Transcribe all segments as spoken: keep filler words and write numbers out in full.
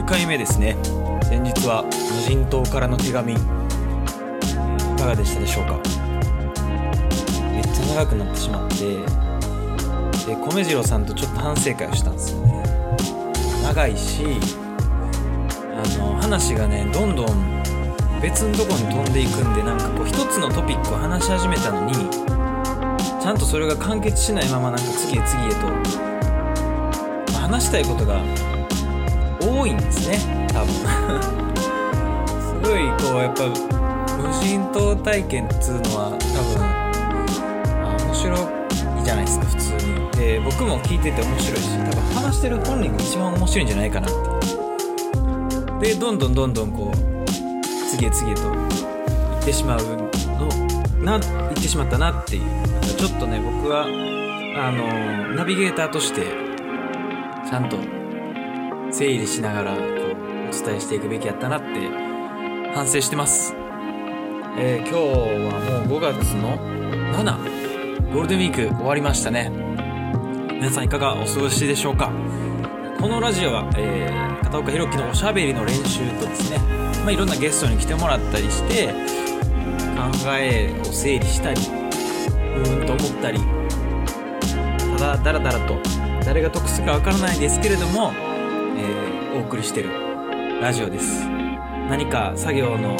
かいめですね。先日は無人島からの手紙、いかがでしたでしょうか。めっちゃ長くなってしまって、で米次郎さんとちょっと反省会をしたんですよね。長いし、あの話がねどんどん別のところに飛んでいくんで、なんかこう一つのトピックを話し始めたのにちゃんとそれが完結しないまま、なんか次へ次へと、まあ、話したいことが多いんですね多分すごいこうやっぱ無人島体験っつうのは多分、まあ、面白いじゃないですか普通に。で僕も聞いてて面白いし、多分話してる本人が一番面白いんじゃないかなって。でどんどんどんどんこう次へ次へと行ってしまうのな行ってしまったなっていう。ちょっとね僕はあのナビゲーターとしてちゃんと整理しながらこうお伝えしていくべきやったなって反省してます。えー、今日はもうごがつのしち、ゴールデンウィーク終わりましたね。皆さんいかがお過ごしでしょうか。このラジオは、えー、片岡弘樹のおしゃべりの練習とですね、まあ、いろんなゲストに来てもらったりして考えを整理したり、うーんと思ったり、ただだらだらと誰が得するかわからないですけれども、えー、お送りしてるラジオです。何か作業の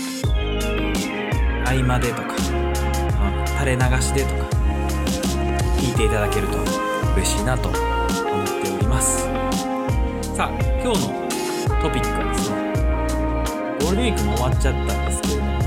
合間でとか、まあ、垂れ流しでとか聞いていただけると嬉しいなと思っております。さあ今日のトピックはですね、ゴールデンウィークも終わっちゃったんですけれども、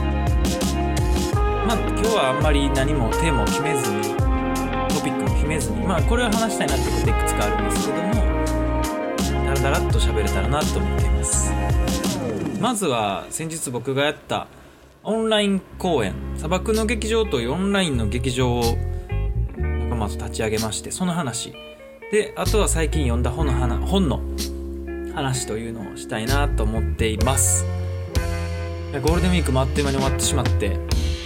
まあ今日はあんまり何もテーマを決めずに、トピックも決めずに、まあこれを話したいなってこといくつかあるんですけども、だらだらっと喋れたらなと思っています。まずは先日僕がやったオンライン公演、砂漠の劇場というオンラインの劇場を仲間と立ち上げまして、その話で、あとは最近読んだ本の話、本の話というのをしたいなと思っています。ゴールデンウィークもあっという間に終わってしまって、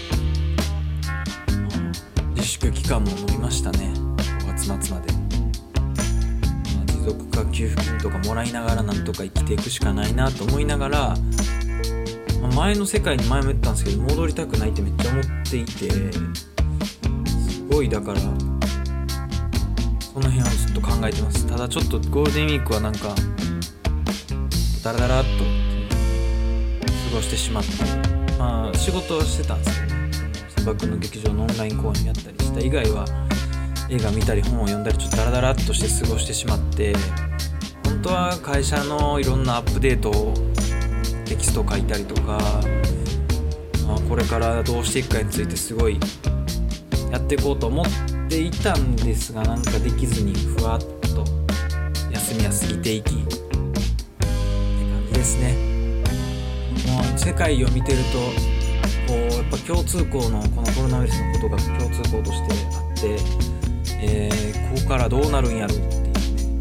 自粛期間も伸びましたね。ごがつまつまで、まあ、持続化給付金とかもらいながらなんとか生きていくしかないなと思いながら、まあ、前の世界に前も言ったんですけど戻りたくないってめっちゃ思っていて、すごいだからその辺をずっと考えてます。ただちょっとゴールデンウィークはなんかダラダラっと過ごしてしまって、まあ仕事はしてたんですけどね、砂漠の劇場のオンライン公演やったりした以外は映画見たり本を読んだり、ちょっとダラダラっとして過ごしてしまって、本当は会社のいろんなアップデートをテキストを書いたりとか、まあ、これからどうしていくかについてすごいやっていこうと思っていたんですが、なんかできずにふわっと休みは過ぎていきって感じですね。もう世界を見てるとこうやっぱ共通項のこのコロナウイルスのことが共通項としてあって、えー、ここからどうなるんやろうっていうね、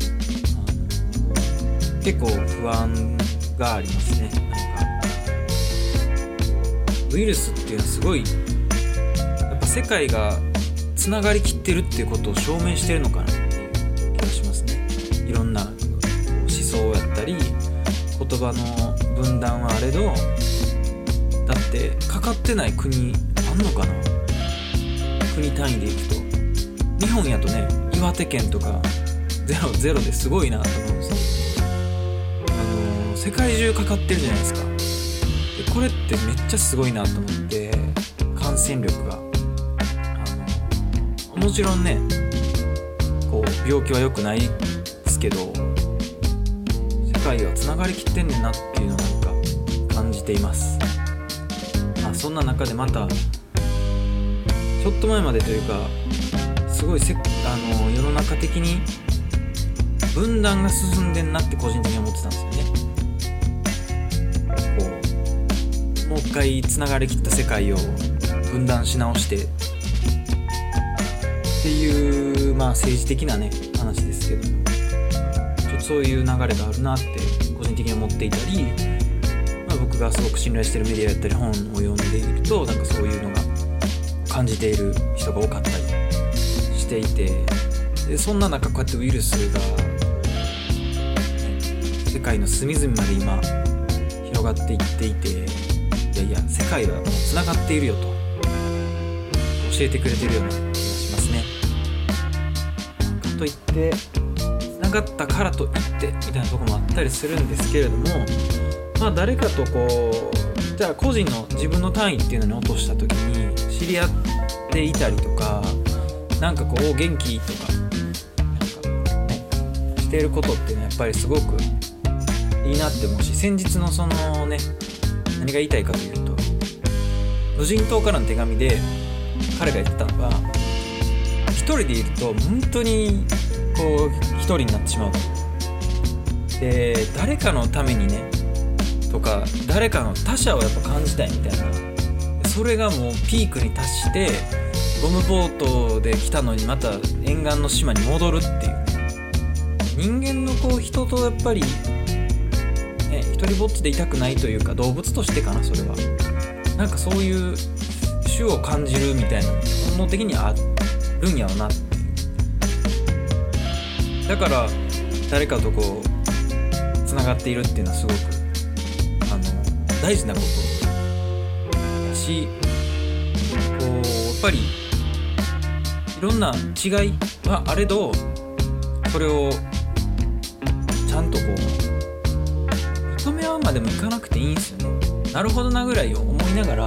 結構不安がありますね。ウイルスっていうのはすごいやっぱ世界がつながりきってるっていうことを証明してるのかなっていう気がしますね。いろんな思想やったり言葉の分断はあれど、だってかかってない国あんのかな。国単位でいくと日本やとね、岩手県とかゼロゼロですごいなと思うんですけど、あの世界中かかってるじゃないですか。でこれってめっちゃすごいなと思って、感染力があのもちろんねこう病気は良くないですけど、世界はつながりきってんねんなっていうのをなんか感じています。まあ、そんな中でまたちょっと前までというかすごいせあの世の中的に分断が進んでんなって個人的に思ってたんですよね。こうもう一回つながりきった世界を分断し直してっていう、まあ政治的なね話ですけども、ちょっとそういう流れがあるなって個人的に思っていたり、まあ、僕がすごく信頼しているメディアやったり本を読んでいると、なんかそういうのが感じている人が多かったりしていて、でそんな中こうやってウイルスが世界の隅々まで今広がっていっていて、いやいや世界はもうつながっているよと教えてくれてるような気がしますね。かといってつながったからといってみたいなところもあったりするんですけれども、まあ誰かとこうじゃあ個人の自分の単位っていうのに落とした時に知り合っていたりとか、なんかこう元気とかなんかねしていることっていうのはやっぱりすごくいいなって思うし、先日のそのね何が言いたいかというと、無人島からの手紙で彼が言ってたのが、一人でいると本当にこう一人になってしまうと。で誰かのためにねとか誰かの他者をやっぱ感じたいみたいな、それがもうピークに達してゴムボートで来たのにまた沿岸の島に戻るっていう、人間のこう人とやっぱりね一人ぼっちでいたくないというか、動物としてかな、それはなんかそういう種を感じるみたいな本能的にあるんやろなっていう。だから誰かとこうつながっているっていうのはすごくあの大事なことだし、こうやっぱりいろんな違いはあれど、それをちゃんとこう認め合うまでもいかなくていいんですよね。なるほどなぐらいを思いながら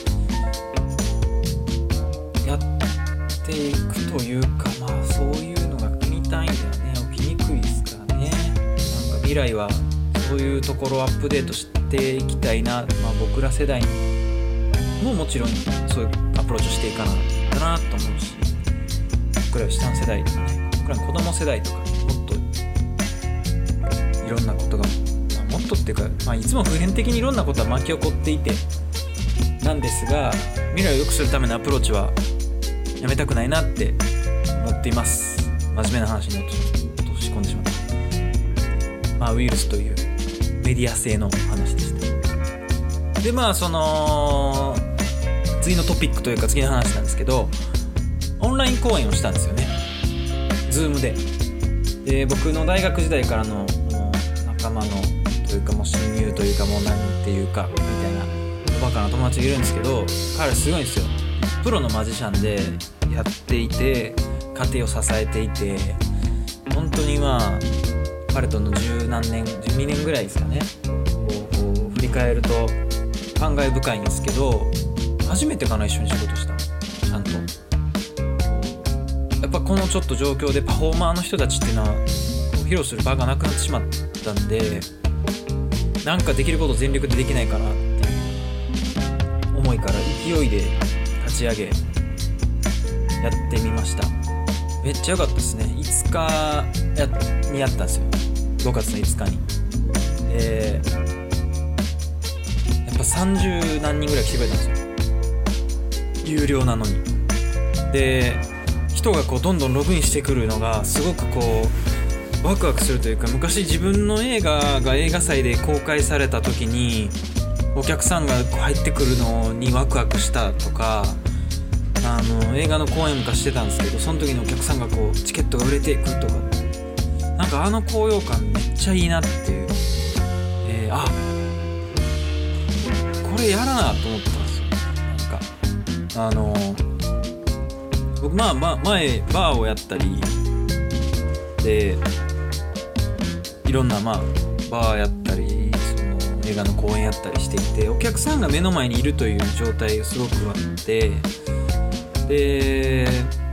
やっていくというか、まあそういうのが国単位ではね起きにくいですからね。なんか未来はそういうところをアップデートしていきたいな、まあ、僕ら世代ももちろんそういうアプローチをしていかなだなと思うし、僕ら下の世代とかね、僕らの子供世代とかもっといろんなことが、まあ、もっとっていうか、まあ、いつも普遍的にいろんなことは巻き起こっていてなんですが、未来を良くするためのアプローチはやめたくないなって思っています。真面目な話に落とし込んでしまった、まあ、ウイルスというメディア性の話でした。でまあその次のトピックというか次の話なんですけど、オンライン講演をしたんですよね、Zoom で。で僕の大学時代からのもう仲間のというかもう親友というかもうなんていうかみたいなおバカな友達がいるんですけど、彼すごいんですよ。プロのマジシャンでやっていて家庭を支えていて、本当にまあ彼との十何年じゅうにねんぐらいですかね、こうこう振り返ると感慨深いんですけど、初めてかな一緒に仕事したちゃんと。やっぱこのちょっと状況でパフォーマーの人たちっていうのは披露する場がなくなってしまったんで、なんかできること全力でできないかなっていう思いから勢いで立ち上げやってみました。めっちゃ良かったですね。いつかやにやったんですよ、ごがつのいつかに。でやっぱさんじゅうなんにんぐらい来てくれたんですよ、有料なのに。で人がこうどんどんログインしてくるのがすごくこうワクワクするというか、昔自分の映画が映画祭で公開された時にお客さんが入ってくるのにワクワクしたとか、あの映画の公演昔してたんですけど、その時にお客さんがこうチケットが売れていくとか、なんかあの高揚感めっちゃいいなっていう、えー、あこれやらなと思ったんですよ。なんかあの僕まあ、まあ、前バーをやったりでいろんなまあバーやったりその映画の公演やったりしていて、お客さんが目の前にいるという状態がすごくあって、で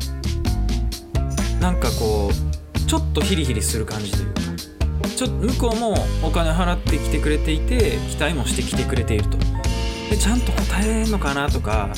なんかこうちょっとヒリヒリする感じというか、ちょっと向こうもお金払ってきてくれていて期待もしてきてくれていると、でちゃんと答えれんのかなとか、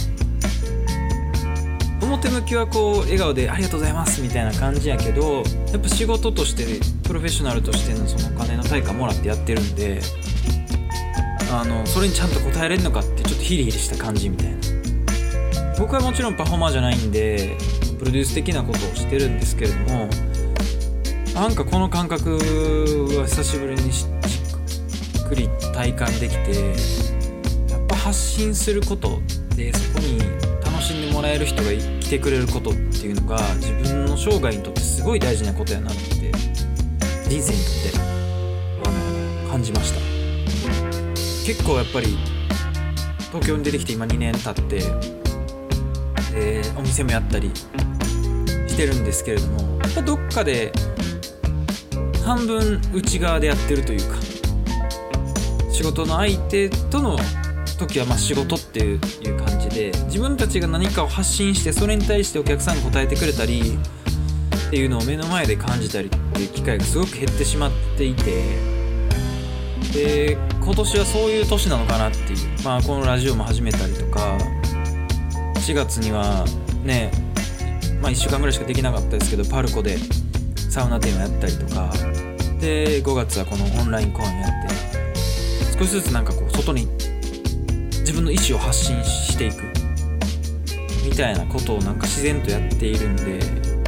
表向きはこう笑顔でありがとうございますみたいな感じやけど、やっぱ仕事としてプロフェッショナルとしてのそのお金の対価もらってやってるんで、あのそれにちゃんと答えれるのかってちょっとヒリヒリした感じみたいな。僕はもちろんパフォーマーじゃないんでプロデュース的なことをしてるんですけれども、なんかこの感覚は久しぶりにしっくり体感できて、やっぱ発信することでそこに楽しんでもらえる人が来てくれることっていうのが自分の生涯にとってすごい大事なことやなって、人生にとってあの感じました。結構やっぱり東京に出てきて今にねん経って、えー、お店もやったりしてるんですけれども、やっぱどっかで半分内側でやってるというか、仕事の相手との時はまあ仕事っていう感じで、自分たちが何かを発信してそれに対してお客さんが答えてくれたりっていうのを目の前で感じたりっていう機会がすごく減ってしまっていて、で今年はそういう年なのかなっていう、まあこのラジオも始めたりとか、しがつにはね、まあいっしゅうかんぐらいしかできなかったですけど、パルコでサウナ店をやったりとかで、ごがつはこのオンライン公演やって、少しずつなんかこう外に自分の意思を発信していくみたいなことをなんか自然とやっているんで、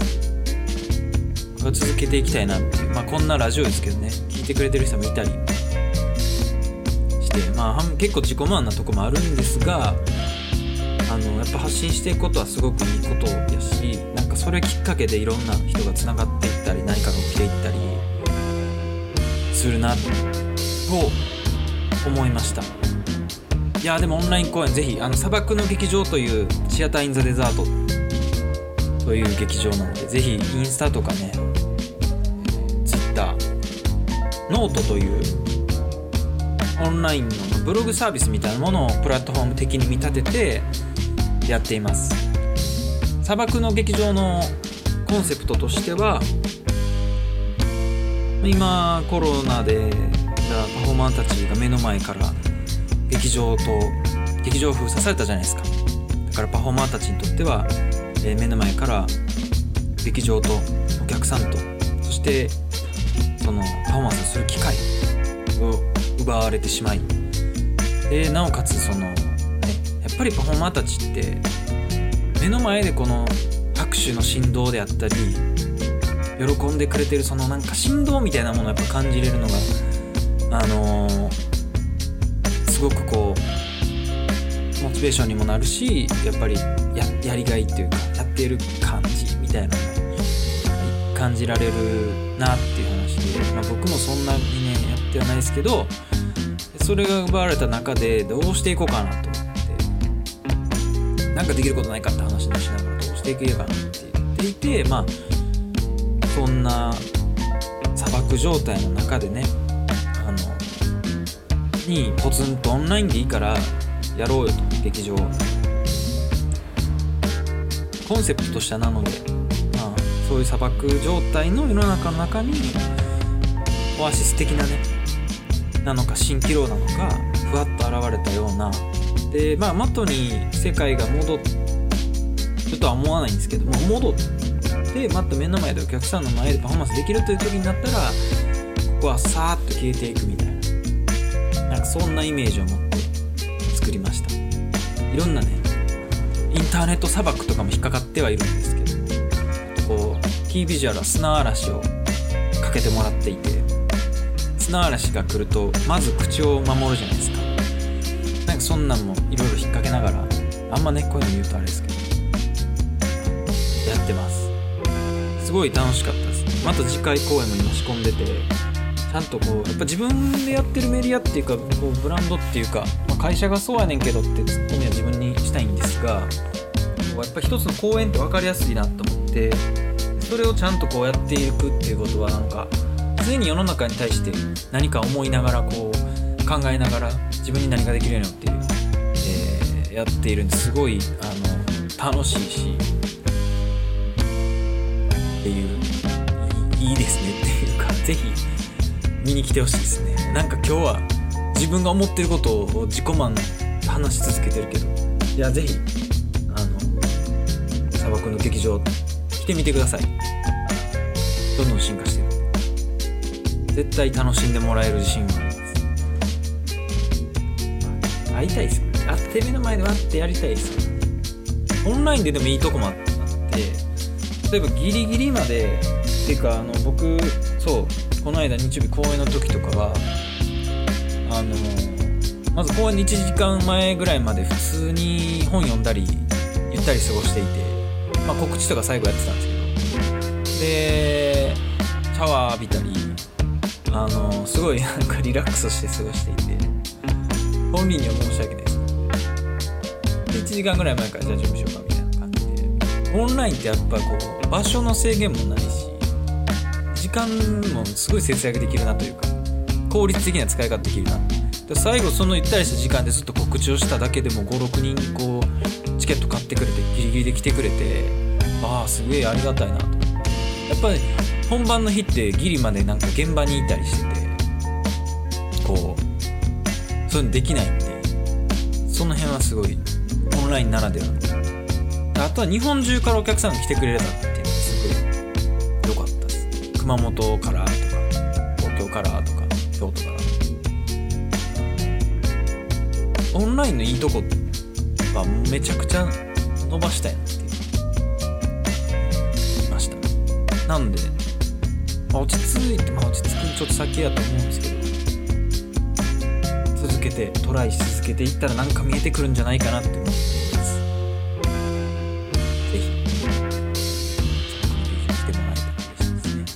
これを続けていきたいなっていう、まあこんなラジオですけどね、聞いてくれてる人もいたりして、まあ結構自己満なとこもあるんですが、あのやっぱ発信していくことはすごくいいことやし、なんかそれきっかけでいろんな人がつながっていったり、何かが起きていったりするなと思いました。いやでもオンライン公演ぜひ、あの砂漠の劇場というシアターインザデザートという劇場なので、ぜひインスタとかね、ツイッター、ノートというオンラインのブログサービスみたいなものをプラットフォーム的に見立ててやっています。砂漠の劇場のコンセプトとしては、今コロナでパフォーマーたちが目の前から劇場と劇場を封鎖されたじゃないですか。だからパフォーマーたちにとっては、えー、目の前から劇場とお客さんと、そしてそのパフォーマンスをする機会を奪われてしまい、でなおかつその、ね、やっぱりパフォーマーたちって目の前でこの拍手の振動であったり、喜んでくれてるそのなんか振動みたいなものをやっぱ感じれるのが、あのー、すごくこうモチベーションにもなるし、やっぱり や, やりがいっていうか、やっている感じみたいなのが感じられるなっていう話で、まあ、僕もそんなにねやってはないですけど、それが奪われた中でどうしていこうかなと思って、なんかできることないかって話をしながらどうしていけばいいかなって言っていて、まあそんな砂漠状態の中でね、あのにポツンとオンラインでいいからやろうよと、劇場コンセプトとしてはなので、まあそういう砂漠状態の世の中の中にオアシス的なねなのか蜃気楼なのかふわっと現れたようなで、まあ元に世界が戻ってちょっとは思わないんですけども、戻ってまた目の前でお客さんの前でパフォーマンスできるという時になったら、ここはさーっと消えていくみたいな、なんかそんなイメージを持って作りました。いろんなねインターネット砂漠とかも引っかかってはいるんですけど、こうキービジュアルは砂嵐をかけてもらっていて、砂嵐が来るとまず口を守るじゃないですか。なんかそんなんもいろいろ引っ掛けながら、あんまねこういうの言うとあれですけどやってます。すごい楽しかったです。また次回公演も今仕込んでて、ちゃんとこうやっぱ自分でやってるメディアっていうか、こうブランドっていうか、まあ、会社がそうやねんけどってツッコミは自分にしたいんですが、やっぱ一つの公演って分かりやすいなと思って、それをちゃんとこうやっていくっていうことは、なんか常に世の中に対して何か思いながら、こう考えながら自分に何ができるのっていう、えー、やっているんですごいあの楽しいしっていう、いい、いいですねっていうか、ぜひ見に来てほしいですね。なんか今日は自分が思ってることを自己満話し続けてるけど、いやぜひあの砂漠の劇場来てみてください。どんどん進化してる。絶対楽しんでもらえる自信があります。会いたいですよ。会って目の前で会ってやりたいですよ。オンラインででもいいとこもあって、例えばギリギリまでっていうか、あの僕そうこの間日曜日公演の時とかはあのまず公演のいちじかんまえぐらいまで普通に本読んだりゆったり過ごしていて、まあ、告知とか最後やってたんですけど、でシャワー浴びたり、ああのすごいなんかリラックスして過ごしていて、本人には申し訳ないです。でいちじかんぐらい前からじゃあ準備しようかみたいな感じで、オンラインってやっぱこう場所の制限もないし、時間もすごい節約できるなというか、効率的な使い方できるな。で最後そのゆったりした時間でずっと告知をしただけでもご、ろくにんこうチケット買ってくれてギリギリで来てくれて、ああすげえありがたいなと。やっぱり本番の日ってギリまでなんか現場にいたりしてて、こうそういうのできないんで、その辺はすごいオンラインならでは。あとは日本中からお客さんが来てくれたっていうのがすごい良かったです。熊本からとか東京からとか京都からオンラインのいいとこはめちゃくちゃ伸ばしたいなっていう思いました。なので、まあ、落ち着いて、まあ、落ち着くちょっと先やと思うんですけど、続けてトライし続けていったらなんか見えてくるんじゃないかなって思ってます。ぜひそのコミュニティに来てもらえたら嬉しいです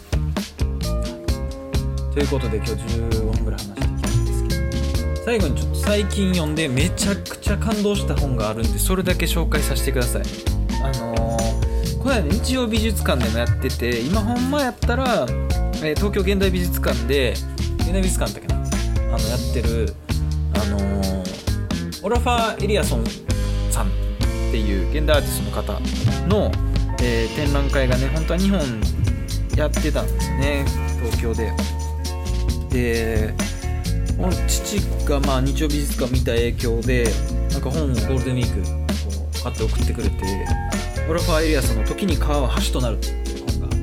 ね。ということで今日じゅうごふんぐらい話してきたんですけど、最後にちょっと最近読んでめちゃくちゃ感動した本があるんで、それだけ紹介させてください。あのー、これは日曜美術館でもやってて、今ほんまやったら、えー、東京現代美術館で現代美術館だっけな、あのやってる、あのー、オラファー・エリアソンさんっていう現代アーティストの方の、えー、展覧会がね、本当はにほんやってたんですよね、東京で。で父がまあ日曜美術館見た影響でなんか本をゴールデンウィークこう買って送ってくれて、オラファー・エリアスの時に川は橋となるっていう本があって、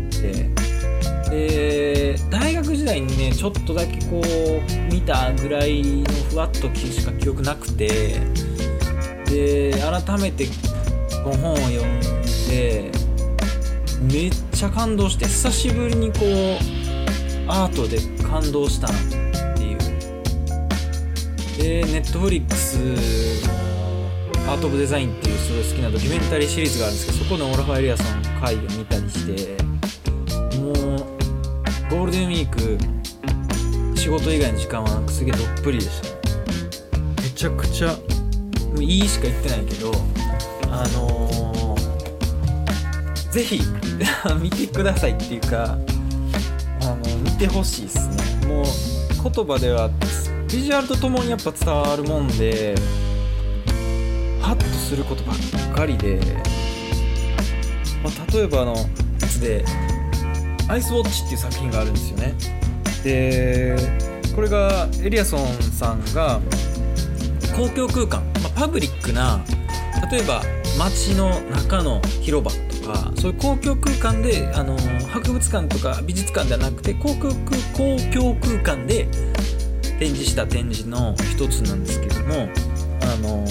で大学時代にねちょっとだけこう見たぐらいのふわっとしか記憶なくて、で改めてこの本を読んでめっちゃ感動して、久しぶりにこうアートで感動したなっていう。でネットフリックスのアート・オブ・デザインっていうすごい好きなドキュメンタリーシリーズがあるんですけど、そこのオラファー・エリアさんの回を見たりして、もうゴールデンウィーク仕事以外の時間はなんかすげえどっぷりでした。めちゃくちゃもういいしか言ってないけど、あのー、ぜひ見てくださいっていうか、あの見てほしいですね。もう言葉ではビジュアルとともにやっぱ伝わるもんで、ハッとすることばっかりで、まあ、例えばあのやつでアイスウォッチっていう作品があるんですよね。でこれがエリアソンさんが公共空間、まあ、パブリックな、例えば街の中の広場とかそういう公共空間で、あの博物館とか美術館ではなくて公共、公共空間で展示した展示の一つなんですけども、あの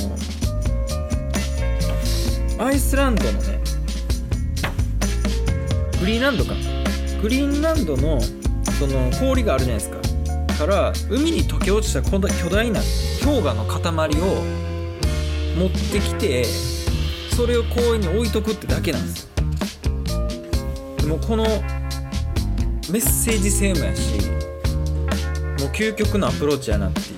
アイスランドのねグリーンランドかグリーンランドのその氷があるじゃないですか、から海に溶け落ちた巨大な氷河の塊を持ってきて、それを公園に置いとくってだけなんですよ。でもこのメッセージ性もやし、もう究極のアプローチやなっていう、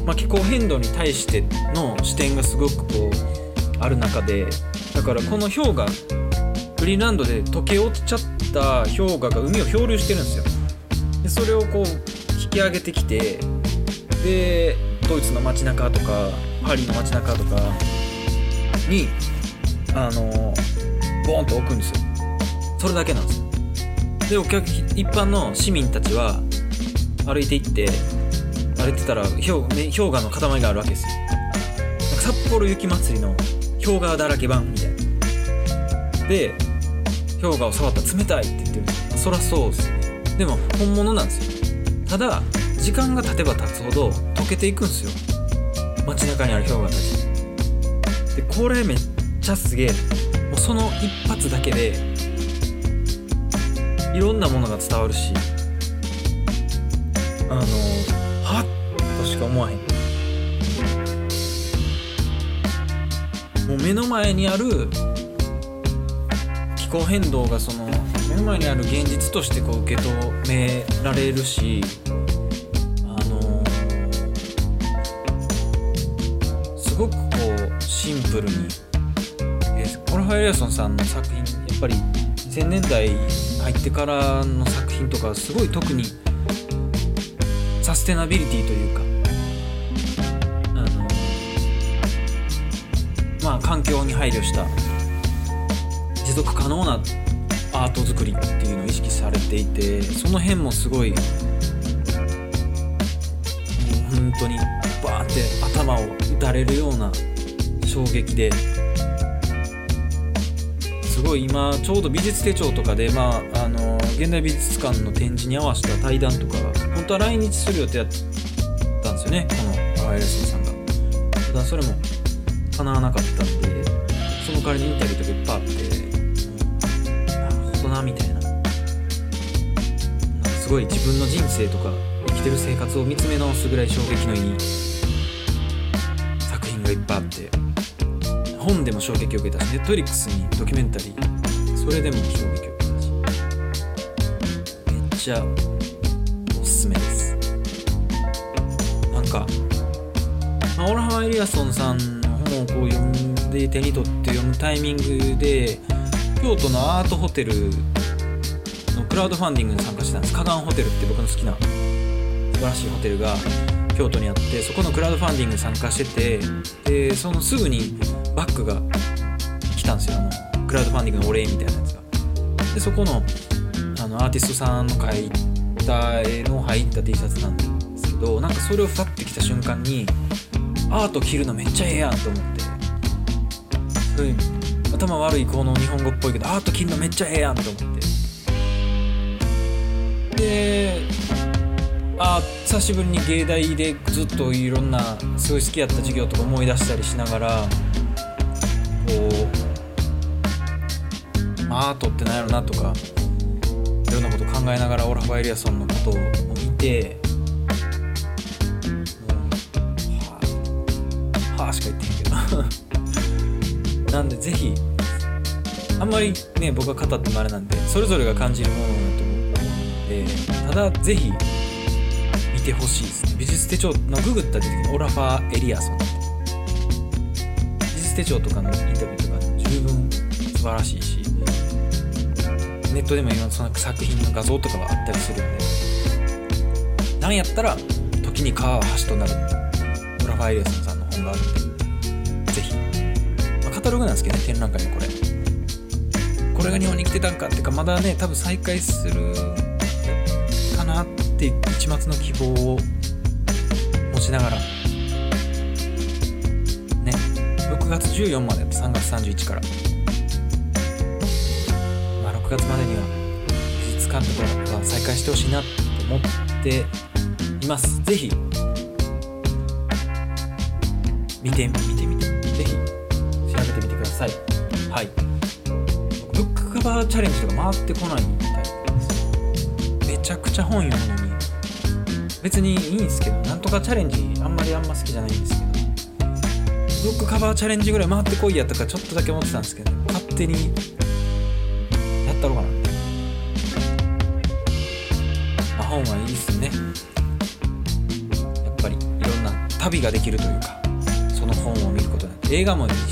まあ、気候変動に対しての視点がすごくこうある中で、だからこの氷河グリーンランドで溶け落ちちゃった氷河が海を漂流してるんですよ。でそれをこう引き上げてきて、でドイツの街中とかパリの街中とかにあのボーンと置くんですよ。それだけなんですよ。でお客一般の市民たちは歩いて行って歩いてたら氷河の塊があるわけですよ。なんか札幌雪まつりの氷河だらけ版みたいなで、氷河を触ったら冷たいって言ってるんですよ。そらそうですね。でも本物なんですよ。ただ時間が経てば経つほど溶けていくんですよ、街中にある氷河たちで。これめっちゃすげえ。もうその一発だけでいろんなものが伝わるし、あのはっとしか思わへん。もう目の前にある気候変動がその目の前にある現実としてこう受け止められるし、あのー、すごくこうシンプルに、えー、オラファー・エリアソンさんの作品、やっぱりにせんねんだい入ってからの作品とかすごい特にサステナビリティというか、あのー、まあ環境に配慮した持続可能なアート作りっていうのを意識されていて、その辺もすごいもう本当にバーって頭を打たれるような衝撃で、すごい今ちょうど美術手帳とかで、まああの現代美術館の展示に合わせた対談とか本当は来日する予定だったんですよね、このアイレスさんが。ただそれも叶わなかったんで、その代わりにインタビューとかいっぱいあって、なるほどなみたいな、なんかすごい自分の人生とか生きてる生活を見つめ直すぐらい衝撃のいい作品がいっぱいあって、本でも衝撃を受けたし、ネットフリックスにドキュメンタリーそれでも衝撃を受けたし、めっちゃおすすめです。なんか、まあ、オラファー・エリアソンさんの本をこう読んで手に取って読むタイミングで、京都のアートホテルのクラウドファンディングに参加してたんです。花岩ホテルって僕の好きな素晴らしいホテルが京都にあって、そこのクラウドファンディングに参加してて、でそのすぐにバッグが来たんですよ、あのクラウドファンディングのお礼みたいなやつが。でそこの、あのアーティストさんの描いた絵の入った T シャツなんですけど、なんかそれをファッて来た瞬間に、アート着るのめっちゃええやんと思って、そういう頭悪いこの日本語っぽいけどアート着るのめっちゃええやんと思って、であ久しぶりに芸大でずっといろんなすごい好きやった授業とか思い出したりしながら、こう、まあ、アートって何やろなとかいろんなこと考えながらオラファー・エリアソンのことを見て、もうはあはあしか言ってへんけどなんでぜひ、あんまりね僕が語ってもあれなんで、それぞれが感じるものだと思うので、ただぜひ見てほしいですね。美術手帳のググった出てきたオラファー・エリアソンって、美術手帳とかのインタビューとか十分素晴らしいし、ネットでも今その作品の画像とかはあったりするんで、なんやったら時に川は橋となるオラファー・エリアソンさんの本があるんで、ぜひ、まあ、カタログなんですけどね、展覧会のこれこれが日本に来てたんかっていうか、まだね多分再開するかなっていう一抹の希望を持ちながらね、ろくがつじゅうよっかまでやってさんがつさんじゅういちから、まあろくがつまでには美術館とかは再開してほしいなと思っています。ぜひ見て見てみてぜひ調べてみてください。はい、ブックカバーチャレンジとか回ってこないみたいです。めちゃくちゃ本読むのに別にいいんですけど、なんとかチャレンジあんまりあんま好きじゃないんですけど、ブックカバーチャレンジぐらい回ってこいやとかちょっとだけ思ってたんですけど、勝手にやったろうかなって。まあ、本はいいっすね。やっぱりいろんな旅ができるというか、その本を見ることになって、映画もいいし、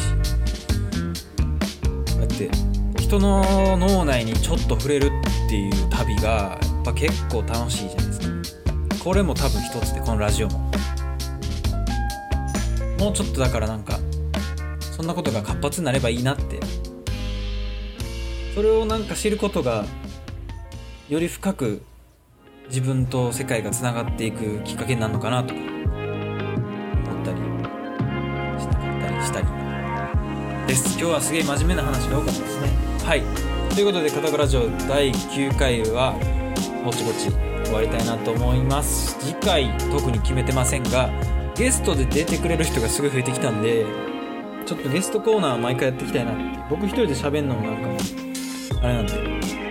こうやって人の脳内にちょっと触れるっていう旅がやっぱ結構楽しいじゃないですか。これも多分一つで、このラジオももうちょっとだからなんかそんなことが活発になればいいなって、それをなんか知ることがより深く自分と世界がつながっていくきっかけになるのかなとか思ったりしなかったりしたりです。今日はすげえ真面目な話が多かったですね。はい、ということでカタゴラジオだいきゅうかいはぼちぼち終わりたいなと思います。次回特に決めてませんが、ゲストで出てくれる人がすごい増えてきたんで、ちょっとゲストコーナー毎回やっていきたいなって。僕一人で喋るのもなんかもあれなんで、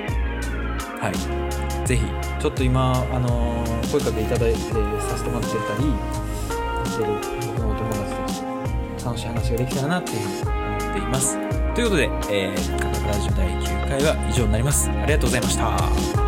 はい、ぜひちょっと今あのー、声かけいただいてさせてもらってたりしてる僕のお友達たちと楽しい話ができたらなっていうふうに思っています。ということで、えー、価格ラジオだいきゅうかいは以上になります。ありがとうございました。